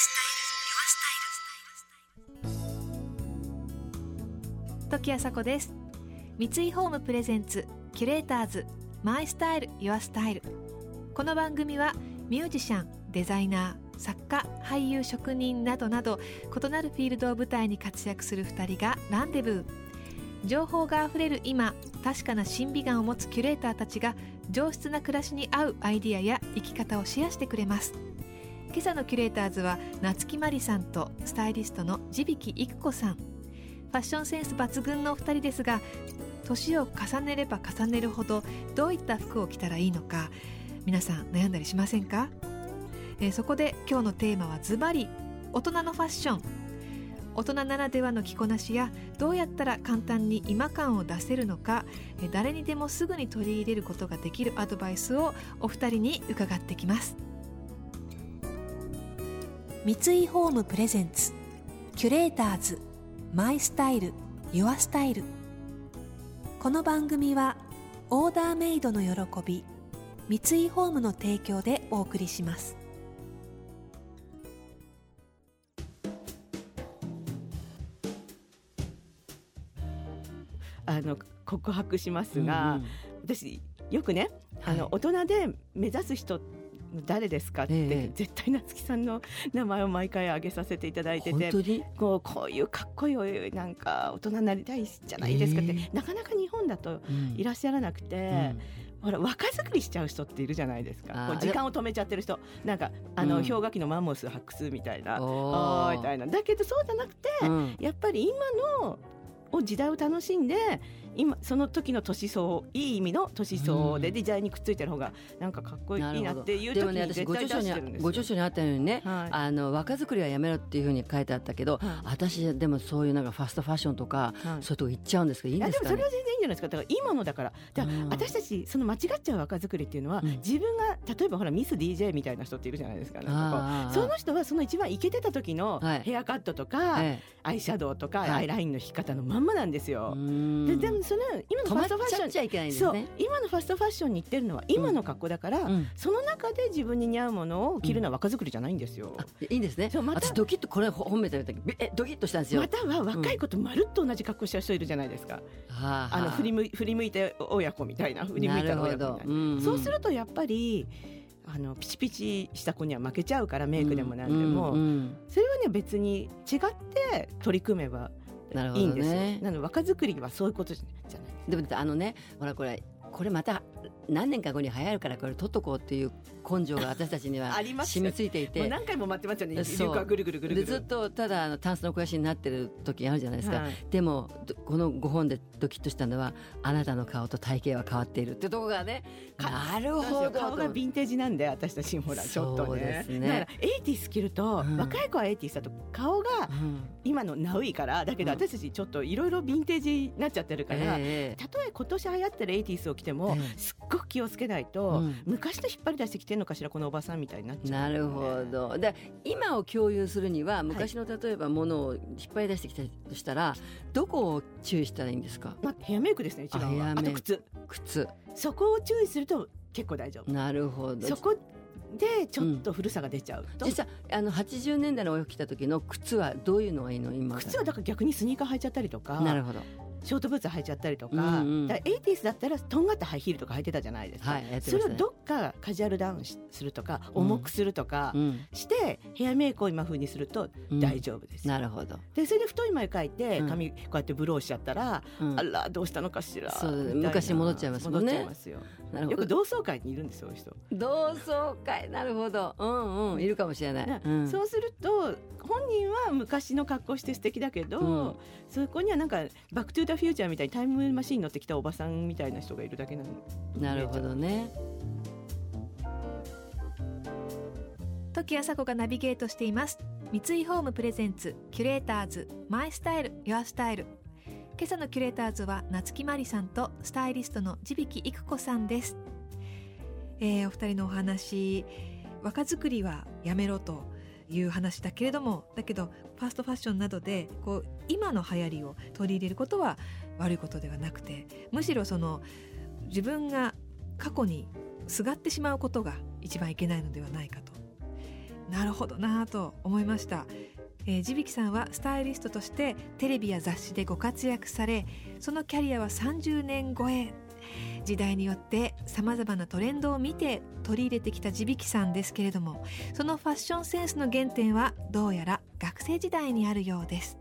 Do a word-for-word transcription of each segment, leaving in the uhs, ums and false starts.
時あさこです。三井ホームプレゼンツキュレーターズマイスタイルユアスタイル。この番組はミュージシャン、デザイナー、作家、俳優、職人などなど異なるフィールドを舞台に活躍するふたりがランデブー。情報があふれる今、確かな審美眼を持つキュレーターたちが上質な暮らしに合うアイディアや生き方をシェアしてくれます。今朝のキュレーターズは夏木マリさんとスタイリストの地引育子さん。ファッションセンス抜群のお二人ですが、年を重ねれば重ねるほどどういった服を着たらいいのか、皆さん悩んだりしませんか？えー、そこで今日のテーマはズバリ大人のファッション。大人ならではの着こなしや、どうやったら簡単に今感を出せるのか、えー、誰にでもすぐに取り入れることができるアドバイスをお二人に伺ってきます。三井ホームプレゼンツキュレーターズマイスタイルユアスタイル。この番組はオーダーメイドの喜び、三井ホームの提供でお送りします。 あの告白しますが、うんうん、私よくね、はい、あの大人で目指す人誰ですかって、ええ、絶対夏木さんの名前を毎回挙げさせていただいてて、 本当にこう、こういうかっこいいなんか大人になりたいじゃないですかって、えー、なかなか日本だといらっしゃらなくて、うん、ほら若作りしちゃう人っているじゃないですか。こう時間を止めちゃってる人、なんかあの、うん、氷河期のマンモス発掘みたいな、おーみたいな。だけどそうじゃなくて、うん、やっぱり今の時代を楽しんで、今その時の年相、いい意味の年相で時代にくっついてる方がなんかかっこいいなっていう時に絶対出してるんですよ。 ご著書にあったようにね、はい、あの若作りはやめろっていう風に書いてあったけど、はい、私でもそういうなんかファストファッションとか、はい、そういうとこ行っちゃうんですけど、いいんですかね。 いやでもそれは全然いいんじゃないですか。だから今のだから、だから私たちその間違っちゃう若作りっていうのは、うん、自分が例えばほらミス ディージェー みたいな人っているじゃないですか。なんかこうその人はその一番イケてた時のヘアカットとか、はい、アイシャドウとか、はい、アイラインの引き方のまんまなんですよ。で, でもその今のファストファッション、 ちゃいけないんですね。 そう、今のファストファッションに行ってるのは今の格好だから、うん、その中で自分に似合うものを着るのは若作りじゃないんですよ。 うん、いいんですね。ま、私ドキッとこれ褒めてる時えドキッとしたんですよ。 または若い子とまるっと同じ格好しちゃう人いるじゃないですか。うん、あの振り向い、振り向いて親子みたいな、振り向いた親子みたいな、うんうん、そうするとやっぱりあのピチピチした子には負けちゃうから、メイクでもなんでも、うんうんうん、それはね別に違って取り組めばいいんですよ。なるほどね。なので若作りはそういうことじゃないですか。 でもあのね、ほらこれこれまた何年か後に流行るからこれ取っとこうっていう根性が私たちには染みついていてもう何回も待ってますよね。流行はぐるぐるぐるぐるでずっとただあのタンスの肥やしになってる時あるじゃないですか。はい、でもこのご本でドキッとしたのは、あなたの顔と体型は変わっているってとこがね、なるほど。 顔がヴィンテージなんで、私たちほらちょっとね。そうですね。だからエイティース着ると、うん、若い子はエイティースだと顔が今のナウイから、だけど私たちちょっといろいろヴィンテージになっちゃってるから、えー、たとえ今年流行ってるエイティースを着ても、えー、すっごく気をつけないと、うん、昔と引っ張り出してきてるのかしらこのおばさんみたいになっちゃう、ね。なるほど。で今を共有するには昔の例えばものを引っ張り出してきたとしたら、はい、どこを注意したらいいんですか？ まあ、ヘアメイクですね一番は。 あ, あと靴靴そこを注意すると結構大丈夫。 なるほど。 そこでちょっと古さが出ちゃうと、 うん、実はあのはちじゅうねんだいのお洋服着た時の靴はどういうのがいいの？今靴はだから逆にスニーカー履いちゃったりとか。 なるほど。 ショートブーツ履いちゃったりとか、うんうん、だからエイティースだったらとんがったハイヒールとか履いてたじゃないですか。はい、ね、それをどっかカジュアルダウンするとか、うん、重くするとかして、うん、ヘアメイクを今風にすると大丈夫です、 うん、なるほど。 でそれで太い眉描いて髪こうやってブローしちゃったら、うん、あらどうしたのかしら、 そう昔に戻っちゃいますもんね。 戻っちゃいますよ。よく同窓会にいるんですよ人。 同窓会、なるほど、うんうん、いるかもしれない、うん、 そうすると本人は昔の格好して素敵だけど、うん、そこにはなんかバックトゥーザフューチャーみたいにタイムマシンに乗ってきたおばさんみたいな人がいるだけなの。 なるほどね。 時あさこがナビゲートしています三井ホームプレゼンツキュレーターズマイスタイルユアスタイル。今朝のキュレーターズは夏木マリさんとスタイリストの地引育子さんです。えー、お二人のお話、若作りはやめろという話だけれども、だけどファストファッションなどでこう今の流行りを取り入れることは悪いことではなくて、むしろその自分が過去にすがってしまうことが一番いけないのではないかと。 なるほどなと思いました。えー、地引さんはスタイリストとしてテレビや雑誌でご活躍され、そのキャリアはさんじゅうねん超え。時代によってさまざまなトレンドを見て取り入れてきた地引さんですけれども、そのファッションセンスの原点はどうやら学生時代にあるようです。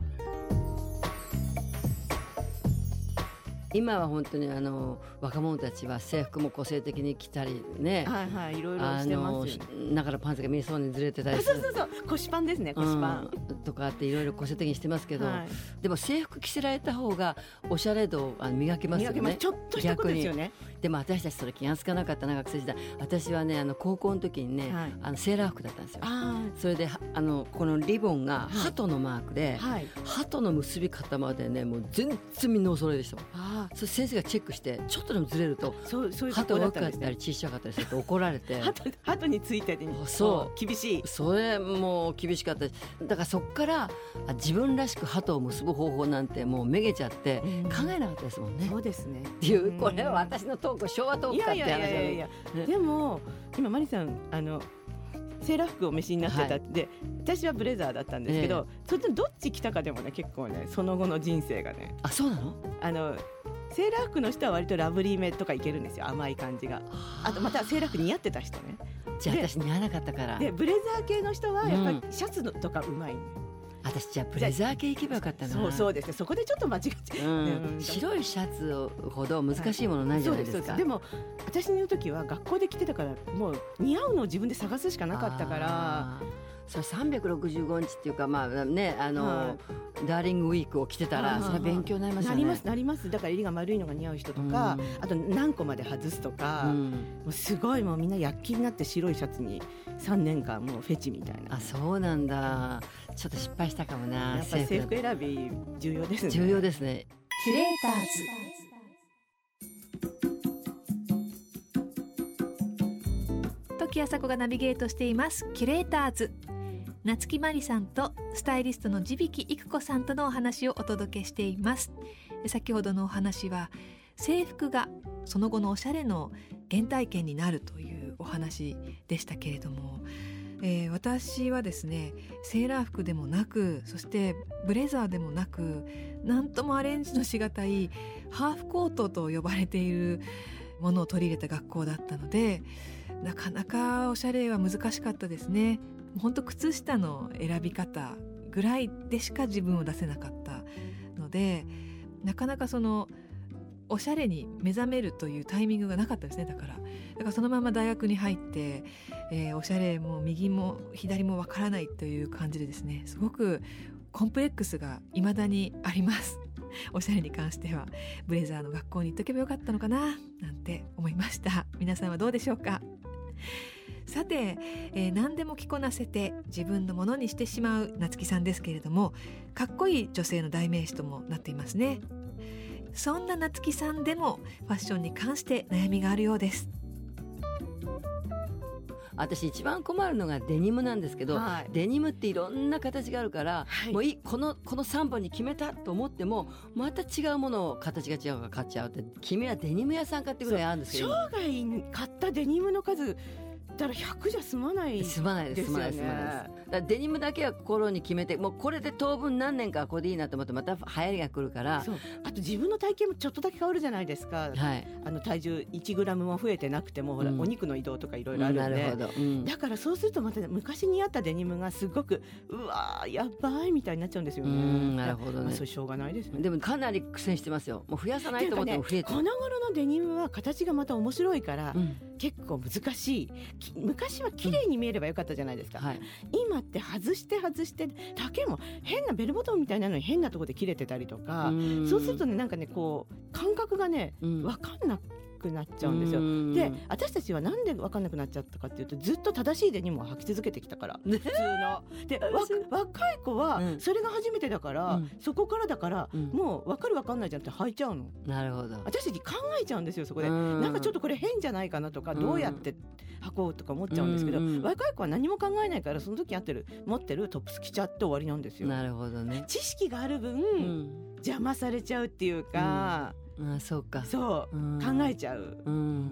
今は本当にあの若者たちは制服も個性的に着たりね、 はいはい、いろいろしてますよね。 中のパンツが見えそうにずれてたりする、 そうそうそう、腰パンですね、腰パン、 うん、とかっていろいろ個性的にしてますけど、 はい、 でも制服着せられた方がおしゃれ度をあの磨けますよね。磨けます、 ちょっとしたことですよね。 でも私たちそれ気がつかなかったな、学生時代。私はね、あの高校の時にね、はい、あのセーラー服だったんですよ。それであのこのリボンが鳩のマークで、はい、鳩の結び方までね、もう全然みんなお揃いでしたもん。あ、それ先生がチェックしてちょっとでもずれると鳩が大きかったり小さかったりすると怒られて鳩についてにそう厳しい、 それもう厳しかった。だからそっから自分らしく鳩を結ぶ方法なんてもうめげちゃって考えなかったですもんね。 そうですね。 っていう、これは私のトーク、昭和トークかって話だね。いやいやいやいや、 でも今マリさんあのセーラー服をお召しになってたって、はい、私はブレザーだったんですけど、えー、それとどっち着たかでもね、結構ね、その後の人生がね。 あ、そうなの？ あのセーラー服の人は割とラブリーめとかいけるんですよ、甘い感じが。あとまたセーラー服似合ってた人ね。 じゃあ私似合わなかったから。 でブレザー系の人はやっぱりシャツのとかうまい、ね、うん、 私じゃあブレザー系行けばよかったな。 そうそうですね、そこでちょっと間違っちゃう、うんうん、白いシャツほど難しいものないじゃないですか。 はい、そうです、そうです。でも私の時は学校で着てたから、もう似合うのを自分で探すしかなかったから。 それさんびゃくろくじゅうごにちっていうか、まあね、あの、はい、ダーリングウィークを着てたらそれ勉強になりますよね。 なりますなります。だから襟が丸いのが似合う人とか、うん、あと何個まで外すとか、うん、もうすごいもうみんな躍起になって白いシャツにさんねんかんもうフェチみたいな。 あ、そうなんだ。ちょっと失敗したかもな。 やっぱり制服選び重要ですね。 重要ですね。 キュレーターズ時あさこがナビゲートしていますキュレーターズ。夏木マリさんとスタイリストの地引育子さんとのお話をお届けしています。先ほどのお話は制服がその後のおしゃれの原体験になるというお話でしたけれども、えー、私はですね、セーラー服でもなく、そしてブレザーでもなく、なんともアレンジのしがたいハーフコートと呼ばれているものを取り入れた学校だったので、なかなかおしゃれは難しかったですね。本当靴下の選び方ぐらいでしか自分を出せなかったので、なかなかそのおしゃれに目覚めるというタイミングがなかったですね。だからだからそのまま大学に入って、えー、おしゃれも右も左もわからないという感じでですね、すごくコンプレックスが未だにあります。おしゃれに関してはブレザーの学校に行っとけばよかったのかななんて思いました。皆さんはどうでしょうか。さて、えー、何でも着こなせて自分のものにしてしまう夏木さんですけれども、かっこいい女性の代名詞ともなっていますね。そんな夏木さんでもファッションに関して悩みがあるようです。 私一番困るのがデニムなんですけど、はい、デニムっていろんな形があるから、はい、もういい、このこのさんぼんに決めたと思ってもまた違うものを形が違うから買っちゃうって、君はデニム屋さんかってぐらいあるんですよ。 生涯に買ったデニムの数だからひゃくじゃ済まないですよね。 済まないです済まないです済まないです。だからデニムだけは心に決めて、もうこれで当分何年かこれでいいなと思ってまた流行りが来るから。そう、 あと自分の体型もちょっとだけ変わるじゃないですか、はい、あの体重いちグラムも増えてなくてもほら、うん、お肉の移動とかいろいろあるんで、うん、なるほど、うん、だからそうするとまた昔にあったデニムがすごくうわーやばいみたいになっちゃうんですよね。うん、なるほどね。まあ、それしょうがないですね。 でもかなり苦戦してますよ。もう増やさないと思っても増えてる、 ね、この頃のデニムは形がまた面白いから、うん、結構難しい。昔は綺麗に見えればよかったじゃないですか、うん、はい、今って外して外して丈も変なベルボトムみたいなのに変なところで切れてたりとか、うそうするとね、なんかねこう感覚がね、うん、分かんなくなっちゃうんですよ。で、私たちはなんで分かんなくなっちゃったかっていうと、ずっと正しいデニムを履き続けてきたから、普通ので若い子はそれが初めてだから、うん、そこからだから、うん、もう分かる分かんないじゃなくて履いちゃうの。 なるほど。 私たち考えちゃうんですよ、そこで。なんかちょっとこれ変じゃないかなとか、どうやって履こうとか思っちゃうんですけど、うんうん、若い子は何も考えないから、その時やってる持ってるトップス着ちゃって終わりなんですよ。 なるほどね。 知識がある分、うん、邪魔されちゃうっていうか、 あ、そうか、 そう、うん、考えちゃう、うん、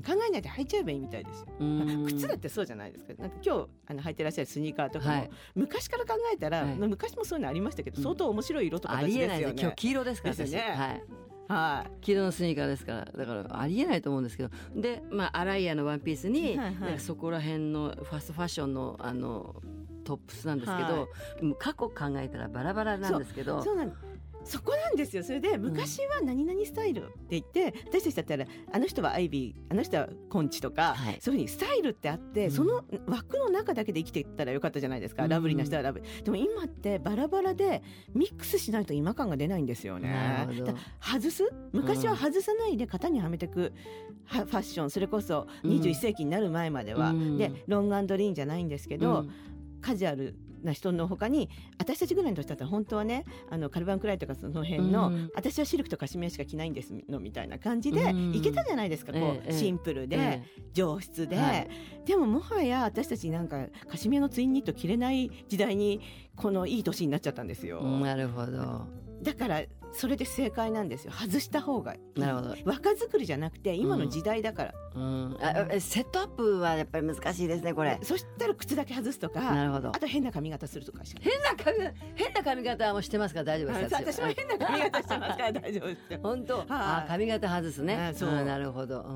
考えないで履いちゃえばいいみたいですよ、うん、靴だってそうじゃないですか。なんか今日あの履いてらっしゃるスニーカーとかも、はい、昔から考えたら、はい、昔もそういうのありましたけど、うん、相当面白い色と形ですよね。ありえないです。 今日黄色ですからですね、 はいはい、 黄色のスニーカーですから、だからありえないと思うんですけど、で、まあ、アライアのワンピースに、はいはい、なんかそこら辺のファストファッションのあのトップスなんですけど、はい、過去考えたらバラバラなんですけど、 そう、そうなんそこなんですよ。それで昔は何々スタイルって言って、うん、私たちだったらあの人はアイビー、あの人はコンチとか、はい、そういうふうにスタイルってあって、うん、その枠の中だけで生きていったらよかったじゃないですか、うん、ラブリーな人はラブリー。でも今ってバラバラでミックスしないと違和感が出ないんですよね。外す、昔は外さないで型にはめていくファッション、それこそにじゅういっ世紀になる前までは、うん、でロング&リーンじゃないんですけど、うん、カジュアルな人の他に、私たちぐらいの年だったら本当はね、あのカルバンクライとかその辺の、うん、私はシルクとカシミヤしか着ないんですのみたいな感じで、うん、いけたじゃないですか、こう、ええ、シンプルで、ええ、上質で、はい、でももはや私たちなんかカシミヤのツインニット着れない時代にこのいい年になっちゃったんですよ。 なるほど。 だからそれで正解なんですよ。外した方がいい。 なるほど。 若作りじゃなくて今の時代だから、 うんうん、あセットアップはやっぱり難しいですね、これ。 そしたら靴だけ外すとか、 なるほど。 あと変な髪型するとかしか。 変な髪型、変な髪型もしてますから大丈夫です。 私も変な髪型してますから大丈夫ですよ。 本当、はあ、髪型外すね。 あ、そう、 なるほど。うん、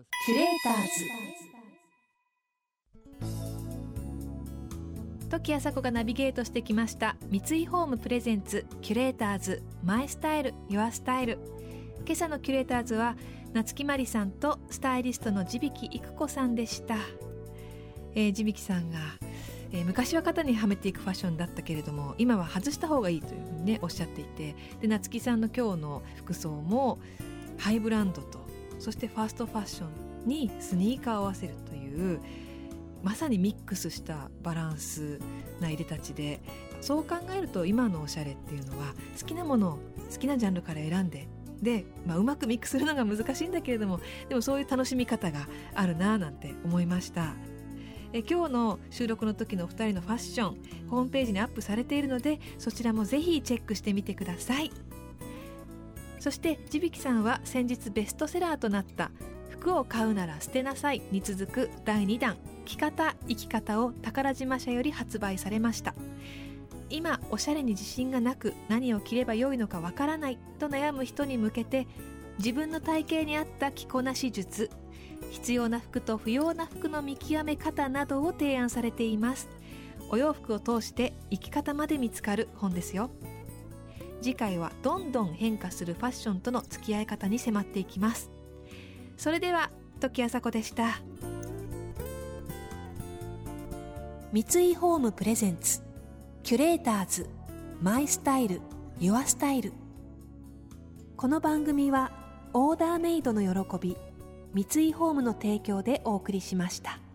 キュレーターズ時あさこがナビゲートしてきました三井ホームプレゼンツキュレーターズマイスタイルユアスタイル。今朝のキュレーターズは夏木マリさんとスタイリストの地引育子さんでした。えー、地引さんが、えー、昔は肩にはめていくファッションだったけれども今は外した方がいいというふうにねおっしゃっていて、で夏木さんの今日の服装もハイブランドとそしてファーストファッションにスニーカーを合わせるというまさにミックスしたバランスな入れたちで、そう考えると今のおしゃれっていうのは好きなものを好きなジャンルから選んでで、まあ、うまくミックスするのが難しいんだけれども、でもそういう楽しみ方があるななんて思いました。え今日の収録の時のふたりのファッションホームページにアップされているのでそちらもぜひチェックしてみてください。そして地引さんは先日ベストセラーとなった服を買うなら捨てなさいに続くだいにだん着方生き方を宝島社より発売されました。今おしゃれに自信がなく何を着ればよいのかわからないと悩む人に向けて自分の体型に合った着こなし術、必要な服と不要な服の見極め方などを提案されています。お洋服を通して生き方まで見つかる本ですよ。次回はどんどん変化するファッションとの付き合い方に迫っていきます。それでは時あさこでした。三井ホームプレゼンツキュレーターズマイスタイルユアスタイル。この番組はオーダーメイドの喜び三井ホームの提供でお送りしました。